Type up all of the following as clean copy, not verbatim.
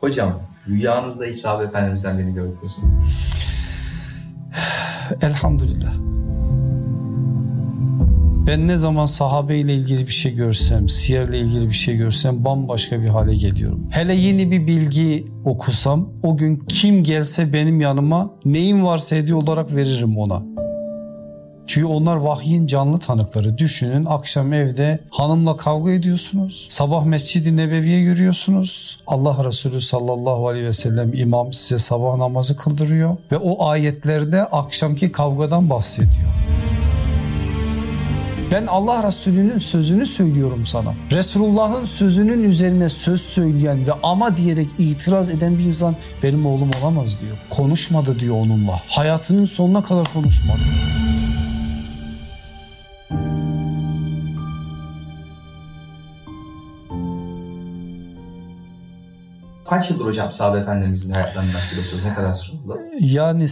Hocam, rüyanızda hiç sahabe efendimizden birini gördünüz mü? Elhamdülillah. Ben ne zaman sahabeyle ilgili bir şey görsem, siyerle ilgili bir şey görsem bambaşka bir hale geliyorum. Hele yeni bir bilgi okusam o gün kim gelse benim yanıma neyim varsa hediye olarak veririm ona. Çünkü onlar vahyin canlı tanıkları. Düşünün, akşam evde hanımla kavga ediyorsunuz. Sabah Mescid-i Nebevi'ye yürüyorsunuz. Allah Resulü sallallahu aleyhi ve sellem imam size sabah namazı kıldırıyor. Ve o ayetlerde akşamki kavgadan bahsediyor. Ben Allah Resulü'nün sözünü söylüyorum sana. Resulullah'ın sözünün üzerine söz söyleyen ve ama diyerek itiraz eden bir insan benim oğlum olamaz diyor. Konuşmadı diyor onunla. Hayatının sonuna kadar konuşmadı. Kaç yıldır hocam sahabe efendimizin hayatlarından bahsediyorsunuz? Ne kadar süre oldu? Yani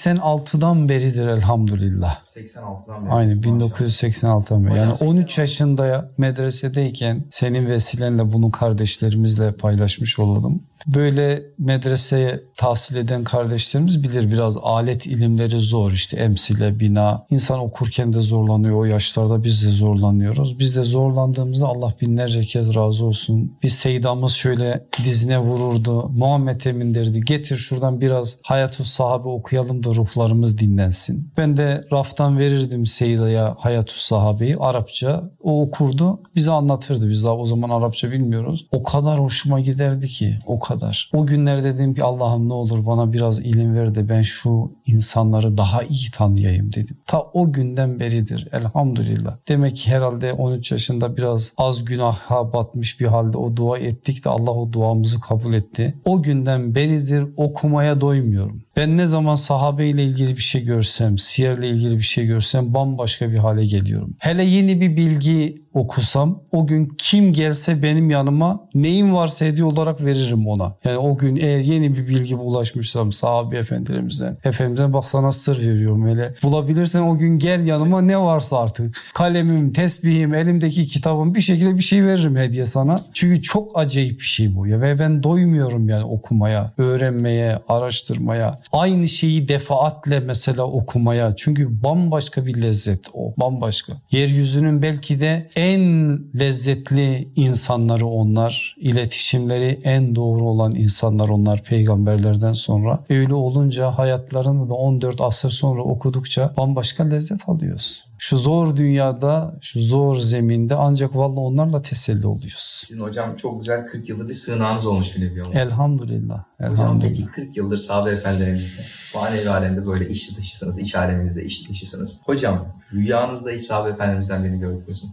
86'dan beridir elhamdülillah. 86'dan beri. Aynen 1986'dan beri. Yani Hocam, 13 yaşında medresedeyken senin vesilenle bunu kardeşlerimizle paylaşmış olalım. Böyle medreseye tahsil eden kardeşlerimiz bilir, biraz alet ilimleri zor, işte emsile, bina. İnsan okurken de zorlanıyor, o yaşlarda biz de zorlanıyoruz. Biz de zorlandığımızda Allah binlerce kez razı olsun. Bir Seydamız şöyle dizine vururdu. Muhammed Emin derdi, getir şuradan biraz Hayatü Sahabe okuyalım da ruhlarımız dinlensin. Ben de raftan verirdim Seyda'ya Hayatü Sahabe'yi, Arapça. O okurdu, bize anlatırdı. Biz daha o zaman Arapça bilmiyoruz. O kadar hoşuma giderdi ki, o kadar. O günler dedim ki Allah'ım ne olur bana biraz ilim ver de ben şu insanları daha iyi tanıyayım dedim. Ta o günden beridir elhamdülillah. Demek ki herhalde 13 yaşında biraz az günaha batmış bir halde o dua ettik de Allah o duamızı kabul etti. O günden beridir okumaya doymuyorum. Ben ne zaman sahabeyle ilgili bir şey görsem, siyerle ilgili bir şey görsem bambaşka bir hale geliyorum. Hele yeni bir bilgi okusam o gün kim gelse benim yanıma neyim varsa hediye olarak veririm ona. Yani o gün eğer yeni bir bilgi ulaşmışsam sahabe efendimizden bak sana sır veriyorum, öyle bulabilirsen o gün gel yanıma, ne varsa artık kalemim, tesbihim, elimdeki kitabım, bir şekilde bir şey veririm hediye sana. Çünkü çok acayip bir şey bu ya ve ben doymuyorum yani okumaya, öğrenmeye, araştırmaya. Aynı şeyi defaatle mesela okumaya. Çünkü bambaşka bir lezzet o. Bambaşka. Yeryüzünün belki de en lezzetli insanları onlar. İletişimleri en doğru olan insanlar onlar peygamberlerden sonra. Öyle olunca hayatlarını da 14 asır sonra okudukça bambaşka lezzet alıyoruz. Şu zor dünyada, şu zor zeminde ancak vallahi onlarla teselli oluyoruz. Sizin hocam çok güzel 40 yıldır bir sığınağınız olmuş bile bir Elhamdülillah. Hocam peki 40 yıldır sahabe efendilerimizle manevi alemde böyle içli dışısınız, iç aleminizde içli dışısınız. Hocam rüyanızda hiç sahabe efendimizden birini gördünüz mü?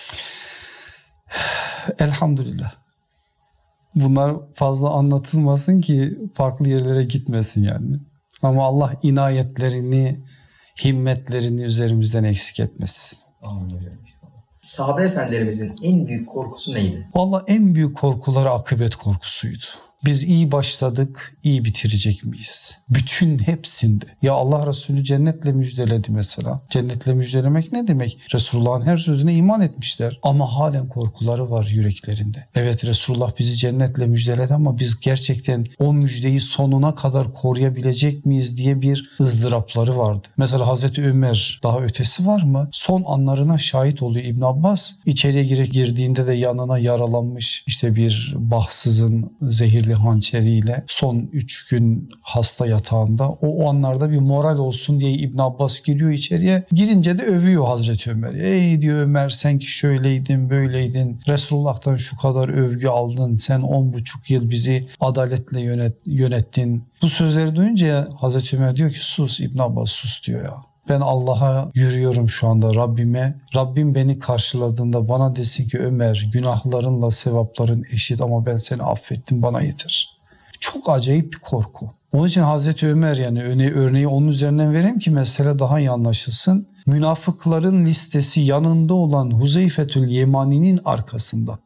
Elhamdülillah. Bunlar fazla anlatılmasın ki farklı yerlere gitmesin yani. Ama Allah inayetlerini, himmetlerini üzerimizden eksik etmesin. Amin. Sahabe efendilerimizin en büyük korkusu neydi? Vallahi en büyük korkuları akıbet korkusuydu. Biz iyi başladık, iyi bitirecek miyiz? Bütün hepsinde. Ya Allah Resulü cennetle müjdeledi mesela. Cennetle müjdelemek ne demek? Resulullah'ın her sözüne iman etmişler. Ama halen korkuları var yüreklerinde. Evet, Resulullah bizi cennetle müjdeledi ama biz gerçekten o müjdeyi sonuna kadar koruyabilecek miyiz diye bir ızdırapları vardı. Mesela Hazreti Ömer, daha ötesi var mı? Son anlarına şahit oluyor İbn Abbas. İçeriye girdiğinde de yanına yaralanmış işte bir bahtsızın zehirli hançeriyle son 3 gün hasta yatağında. O anlarda bir moral olsun diye İbn Abbas giriyor içeriye. Girince de övüyor Hazreti Ömer. Ey diyor Ömer, sen ki şöyleydin, böyleydin. Resulullah'tan şu kadar övgü aldın. Sen 10,5 yıl bizi adaletle yönettin. Bu sözleri duyunca Hazreti Ömer diyor ki sus İbn Abbas, sus diyor ya. Ben Allah'a yürüyorum şu anda, Rabbime. Rabbim beni karşıladığında bana desin ki Ömer, günahlarınla sevapların eşit ama ben seni affettim, bana yeter. Çok acayip bir korku. Onun için Hazreti Ömer, yani örneği onun üzerinden vereyim ki mesele daha iyi anlaşılsın. Münafıkların listesi yanında olan Huzeyfetül Yemani'nin arkasında.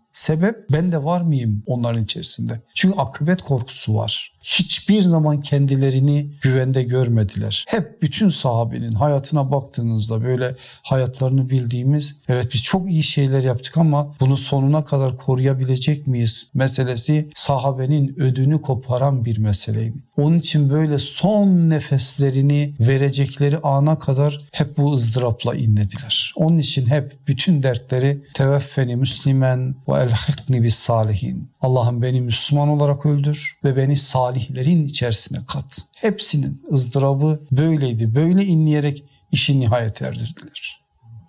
Sebep, ben de var mıyım onların içerisinde? Çünkü akıbet korkusu var. Hiçbir zaman kendilerini güvende görmediler. Hep bütün sahabenin hayatına baktığınızda böyle hayatlarını bildiğimiz, evet biz çok iyi şeyler yaptık ama bunu sonuna kadar koruyabilecek miyiz meselesi sahabenin ödünü koparan bir meseleydi. Onun için böyle son nefeslerini verecekleri ana kadar hep bu ızdırapla inlediler. Onun için hep bütün dertleri teveffeni müslimen ve elhikni bis salihin. Allah'ım beni Müslüman olarak öldür ve beni salihlerin içerisine kat. Hepsinin ızdırabı böyleydi. Böyle inleyerek işi nihayet erdirdiler.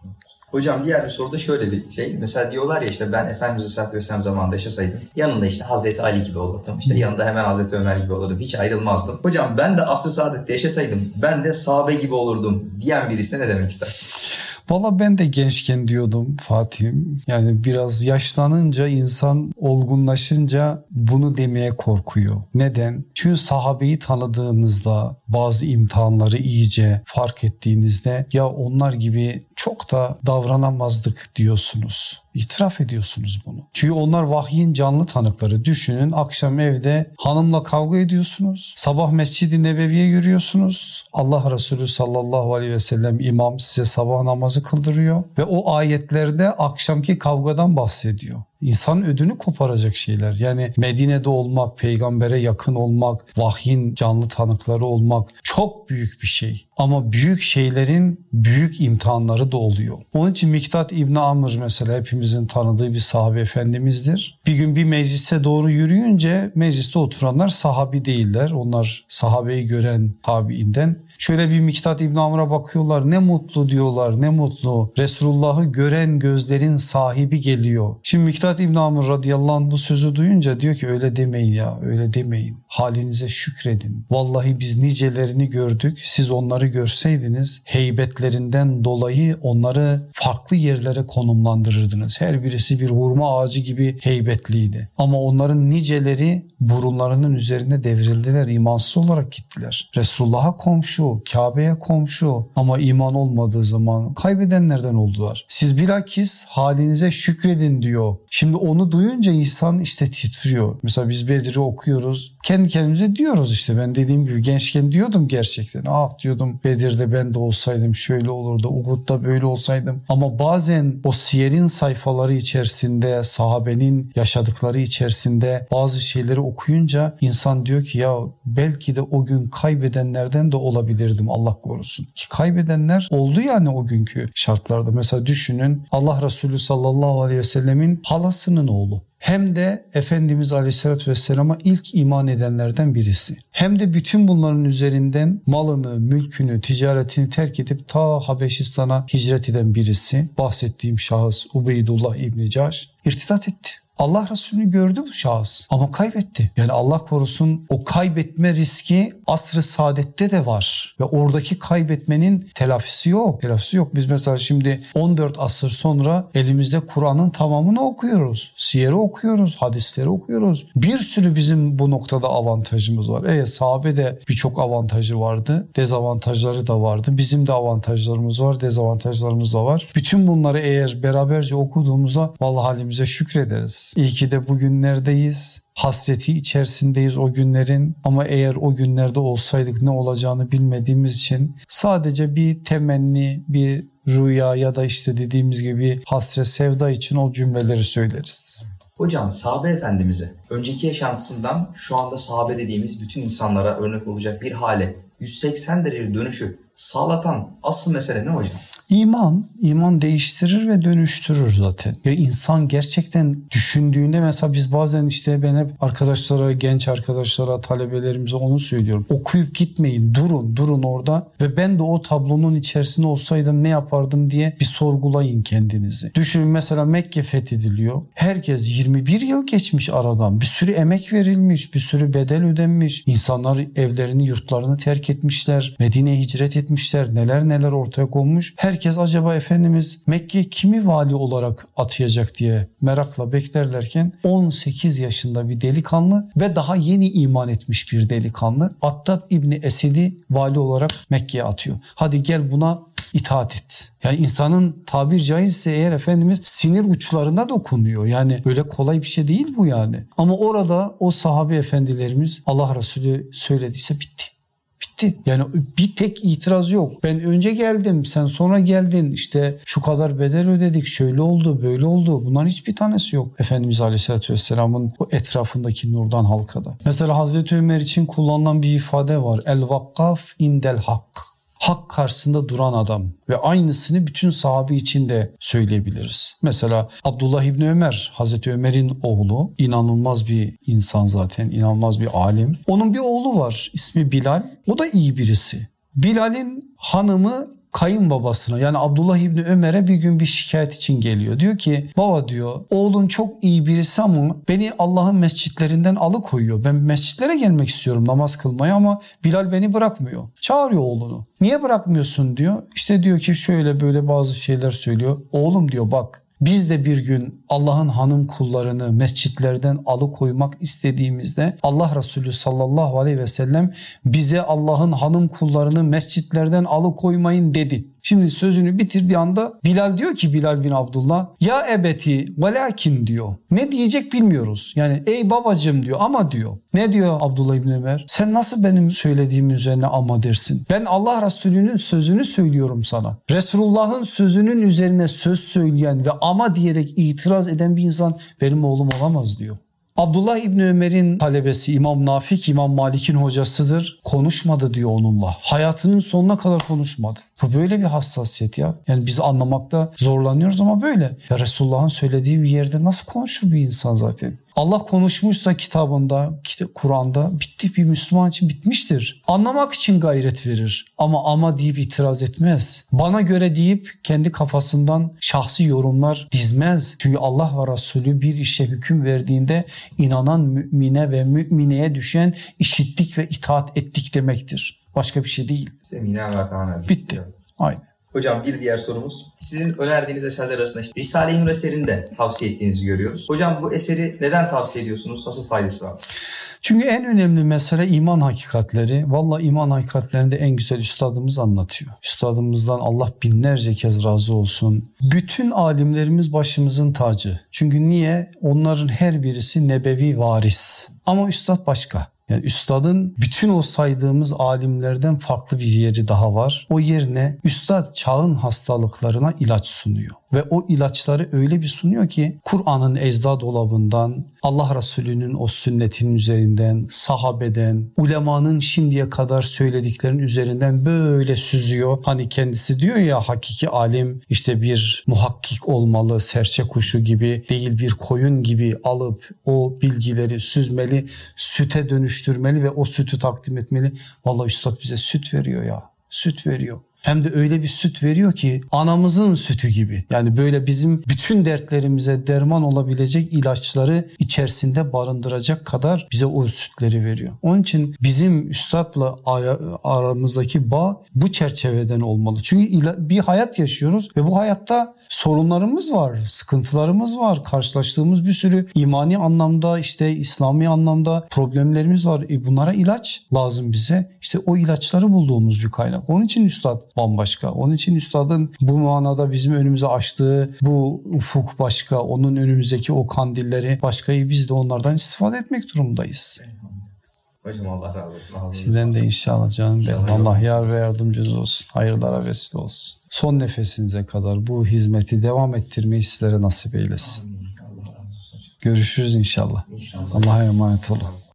Hocam diğer bir soruda şöyle bir şey. Mesela diyorlar ya işte ben Efendimiz Aleyhisselatü Vesselam zamanında yaşasaydım yanında işte Hazreti Ali gibi olurdum. İşte yanında hemen Hazreti Ömer gibi olurdum. Hiç ayrılmazdım. Hocam ben de asr-ı saadette yaşasaydım ben de sahabe gibi olurdum diyen birisine ne demek ister? Valla ben de gençken diyordum Fatih'im. Yani biraz yaşlanınca, insan olgunlaşınca bunu demeye korkuyor. Neden? Çünkü sahabeyi tanıdığınızda, bazı imtihanları iyice fark ettiğinizde ya onlar gibi çok da davranamazdık diyorsunuz. İtiraf ediyorsunuz bunu. Çünkü onlar vahyin canlı tanıkları. Düşünün, akşam evde hanımla kavga ediyorsunuz. Sabah Mescid-i Nebevi'ye yürüyorsunuz. Allah Resulü sallallahu aleyhi ve sellem imam size sabah namazı kıldırıyor. Ve o ayetlerde akşamki kavgadan bahsediyor. İnsanın ödünü koparacak şeyler. Yani Medine'de olmak, peygambere yakın olmak, vahyin canlı tanıkları olmak çok büyük bir şey. Ama büyük şeylerin büyük imtihanları da oluyor. Onun için Miktat İbni Amr mesela hepimizin tanıdığı bir sahabe efendimizdir. Bir gün bir meclise doğru yürüyünce mecliste oturanlar sahabi değiller. Onlar sahabeyi gören tabiinden. Şöyle bir Miktat İbni Amr'a bakıyorlar. Ne mutlu diyorlar, ne mutlu. Resulullah'ı gören gözlerin sahibi geliyor. Şimdi Miktat İbni Amr radıyallahu anh bu sözü duyunca diyor ki öyle demeyin ya, öyle demeyin. Halinize şükredin. Vallahi biz nicelerini gördük. Siz onları görseydiniz heybetlerinden dolayı onları farklı yerlere konumlandırırdınız. Her birisi bir hurma ağacı gibi heybetliydi. Ama onların niceleri burunlarının üzerine devrildiler. İmansız olarak gittiler. Resulullah'a komşu, Kabe'ye komşu ama iman olmadığı zaman kaybedenlerden oldular. Siz bilakis halinize şükredin diyor. Şimdi onu duyunca insan işte titriyor. Mesela biz Bedir'i okuyoruz. Kendi kendimize diyoruz işte, ben dediğim gibi gençken diyordum gerçekten. Ah diyordum Bedir'de ben de olsaydım şöyle olurdu. Uhud'da böyle olsaydım. Ama bazen o siyerin sayfaları içerisinde, sahabenin yaşadıkları içerisinde bazı şeyleri okuyunca insan diyor ki ya belki de o gün kaybedenlerden de olabilirdim, Allah korusun. Ki kaybedenler oldu yani o günkü şartlarda. Mesela düşünün, Allah Resulü sallallahu aleyhi ve sellemin halasının oğlu. Hem de Efendimiz Aleyhisselatü Vesselam'a ilk iman edenlerden birisi. Hem de bütün bunların üzerinden malını, mülkünü, ticaretini terk edip ta Habeşistan'a hicret eden birisi. Bahsettiğim şahıs Ubeydullah İbni Cahş irtidat etti. Allah Resulü'nü gördü bu şahıs ama kaybetti. Yani Allah korusun, o kaybetme riski asr-ı saadette de var. Ve oradaki kaybetmenin telafisi yok. Telafisi yok. Biz mesela şimdi 14 asır sonra elimizde Kur'an'ın tamamını okuyoruz. Siyeri okuyoruz, hadisleri okuyoruz. Bir sürü bizim bu noktada avantajımız var. Evet, sahabede birçok avantajı vardı. Dezavantajları da vardı. Bizim de avantajlarımız var, dezavantajlarımız da var. Bütün bunları eğer beraberce okuduğumuzda vallahi halimize şükrederiz. İyi ki de bugünlerdeyiz. Hasreti içerisindeyiz o günlerin, ama eğer o günlerde olsaydık ne olacağını bilmediğimiz için sadece bir temenni, bir rüya ya da işte dediğimiz gibi hasret, sevda için o cümleleri söyleriz. Hocam sahabe efendimizi önceki yaşantısından şu anda sahabe dediğimiz bütün insanlara örnek olacak bir hale 180 derece dönüşü sağlatan asıl mesele ne hocam? İman değiştirir ve dönüştürür zaten. Ya insan gerçekten düşündüğünde, mesela biz bazen işte ben hep arkadaşlara, genç arkadaşlara, talebelerimize onu söylüyorum. Okuyup gitmeyin, durun orada ve ben de o tablonun içerisinde olsaydım ne yapardım diye bir sorgulayın kendinizi. Düşünün, mesela Mekke fethediliyor. Herkes 21 yıl geçmiş aradan. Bir sürü emek verilmiş, bir sürü bedel ödenmiş. İnsanlar evlerini, yurtlarını terk etmişler. Medine'ye hicret etmişler. Neler ortaya konmuş. Herkes acaba Efendimiz Mekke'ye kimi vali olarak atayacak diye merakla beklerlerken 18 yaşında bir delikanlı ve daha yeni iman etmiş bir delikanlı Attab İbni Esed'i vali olarak Mekke'ye atıyor. Hadi gel buna itaat et. Yani insanın tabir caizse eğer Efendimiz sinir uçlarına dokunuyor. Yani böyle kolay bir şey değil bu yani. Ama orada o sahabe efendilerimiz Allah Resulü söylediyse bitti. Bitti. Yani bir tek itiraz yok. Ben önce geldim, sen sonra geldin. İşte şu kadar bedel ödedik, şöyle oldu, böyle oldu. Bunların hiçbir tanesi yok. Efendimiz Aleyhisselatü Vesselam'ın o etrafındaki nurdan halkada. Mesela Hazreti Ömer için kullanılan bir ifade var. El vakkaf indel hak. Hak karşısında duran adam ve aynısını bütün sahabe için de söyleyebiliriz. Mesela Abdullah İbni Ömer, Hazreti Ömer'in oğlu, inanılmaz bir insan zaten, inanılmaz bir alim. Onun bir oğlu var, ismi Bilal. O da iyi birisi. Bilal'in hanımı kayınbabasına yani Abdullah İbni Ömer'e bir gün bir şikayet için geliyor. Diyor ki baba diyor oğlun çok iyi birisi ama beni Allah'ın mescitlerinden alıkoyuyor. Ben mescitlere gelmek istiyorum namaz kılmaya ama Bilal beni bırakmıyor. Çağırıyor oğlunu. Niye bırakmıyorsun diyor. İşte diyor ki şöyle böyle bazı şeyler söylüyor. Oğlum diyor bak biz de bir gün Allah'ın hanım kullarını mescitlerden alıkoymak istediğimizde Allah Resulü sallallahu aleyhi ve sellem bize Allah'ın hanım kullarını mescitlerden alıkoymayın dedi. Şimdi sözünü bitirdiği anda Bilal diyor ki Bilal bin Abdullah ya ebeti velakin diyor. Ne diyecek bilmiyoruz. Yani ey babacığım diyor ama diyor. Ne diyor Abdullah İbni Ömer? Sen nasıl benim söylediğim üzerine ama dersin? Ben Allah Resulü'nün sözünü söylüyorum sana. Resulullah'ın sözünün üzerine söz söyleyen ve ama diyerek itiraz eden bir insan benim oğlum olamaz diyor. Abdullah İbni Ömer'in talebesi İmam Nafik, İmam Malik'in hocasıdır. Konuşmadı diyor onunla. Hayatının sonuna kadar konuşmadı. Bu böyle bir hassasiyet ya. Yani biz anlamakta zorlanıyoruz ama böyle. Ya Resulullah'ın söylediği bir yerde nasıl konuşur bir insan zaten? Allah konuşmuşsa kitabında, Kur'an'da bitti. Bir Müslüman için bitmiştir. Anlamak için gayret verir. Ama deyip itiraz etmez. Bana göre deyip kendi kafasından şahsi yorumlar dizmez. Çünkü Allah ve Resulü bir işe hüküm verdiğinde inanan mümine ve mümineye düşen işittik ve itaat ettik demektir. Başka bir şey değil. Seminer ve Kaan'a. Bitti. Aynen. Hocam bir diğer sorumuz. Sizin önerdiğiniz eserler arasında işte Risale-i Nur eserini de tavsiye ettiğinizi görüyoruz. Hocam bu eseri neden tavsiye ediyorsunuz? Nasıl faydası var? Çünkü en önemli mesele iman hakikatleri. Vallahi iman hakikatlerini de en güzel üstadımız anlatıyor. Üstadımızdan Allah binlerce kez razı olsun. Bütün alimlerimiz başımızın tacı. Çünkü niye? Onların her birisi nebevi varis. Ama üstad başka. Yani üstadın bütün o saydığımız alimlerden farklı bir yeri daha var. O yerine üstad çağın hastalıklarına ilaç sunuyor. Ve o ilaçları öyle bir sunuyor ki Kur'an'ın ecza dolabından, Allah Resulü'nün o sünnetinin üzerinden, sahabeden, ulemanın şimdiye kadar söylediklerinin üzerinden böyle süzüyor. Hani kendisi diyor ya hakiki alim işte bir muhakkik olmalı, serçe kuşu gibi değil bir koyun gibi alıp o bilgileri süzmeli, süte dönüştürmeli ve o sütü takdim etmeli. Vallahi üstad bize süt veriyor ya, süt veriyor. Hem de öyle bir süt veriyor ki anamızın sütü gibi. Yani böyle bizim bütün dertlerimize derman olabilecek ilaçları içerisinde barındıracak kadar bize o sütleri veriyor. Onun için bizim üstadla aramızdaki bağ bu çerçeveden olmalı. Çünkü bir hayat yaşıyoruz ve bu hayatta sorunlarımız var, sıkıntılarımız var. Karşılaştığımız bir sürü imani anlamda işte İslami anlamda problemlerimiz var. Bunlara ilaç lazım bize. İşte o ilaçları bulduğumuz bir kaynak. Onun için üstad bambaşka. Onun için üstadın bu manada bizim önümüze açtığı bu ufuk başka. Onun önümüzdeki o kandilleri başkayı biz de onlardan istifade etmek durumundayız. Hocam Allah razı olsun. Sizden de inşallah canım benim. Allah yar ve yardımcınız olsun. Hayırlara vesile olsun. Son nefesinize kadar bu hizmeti devam ettirmeyi sizlere nasip eylesin. Allah razı olsun. Görüşürüz inşallah. İnşallah. Allah'a emanet olun.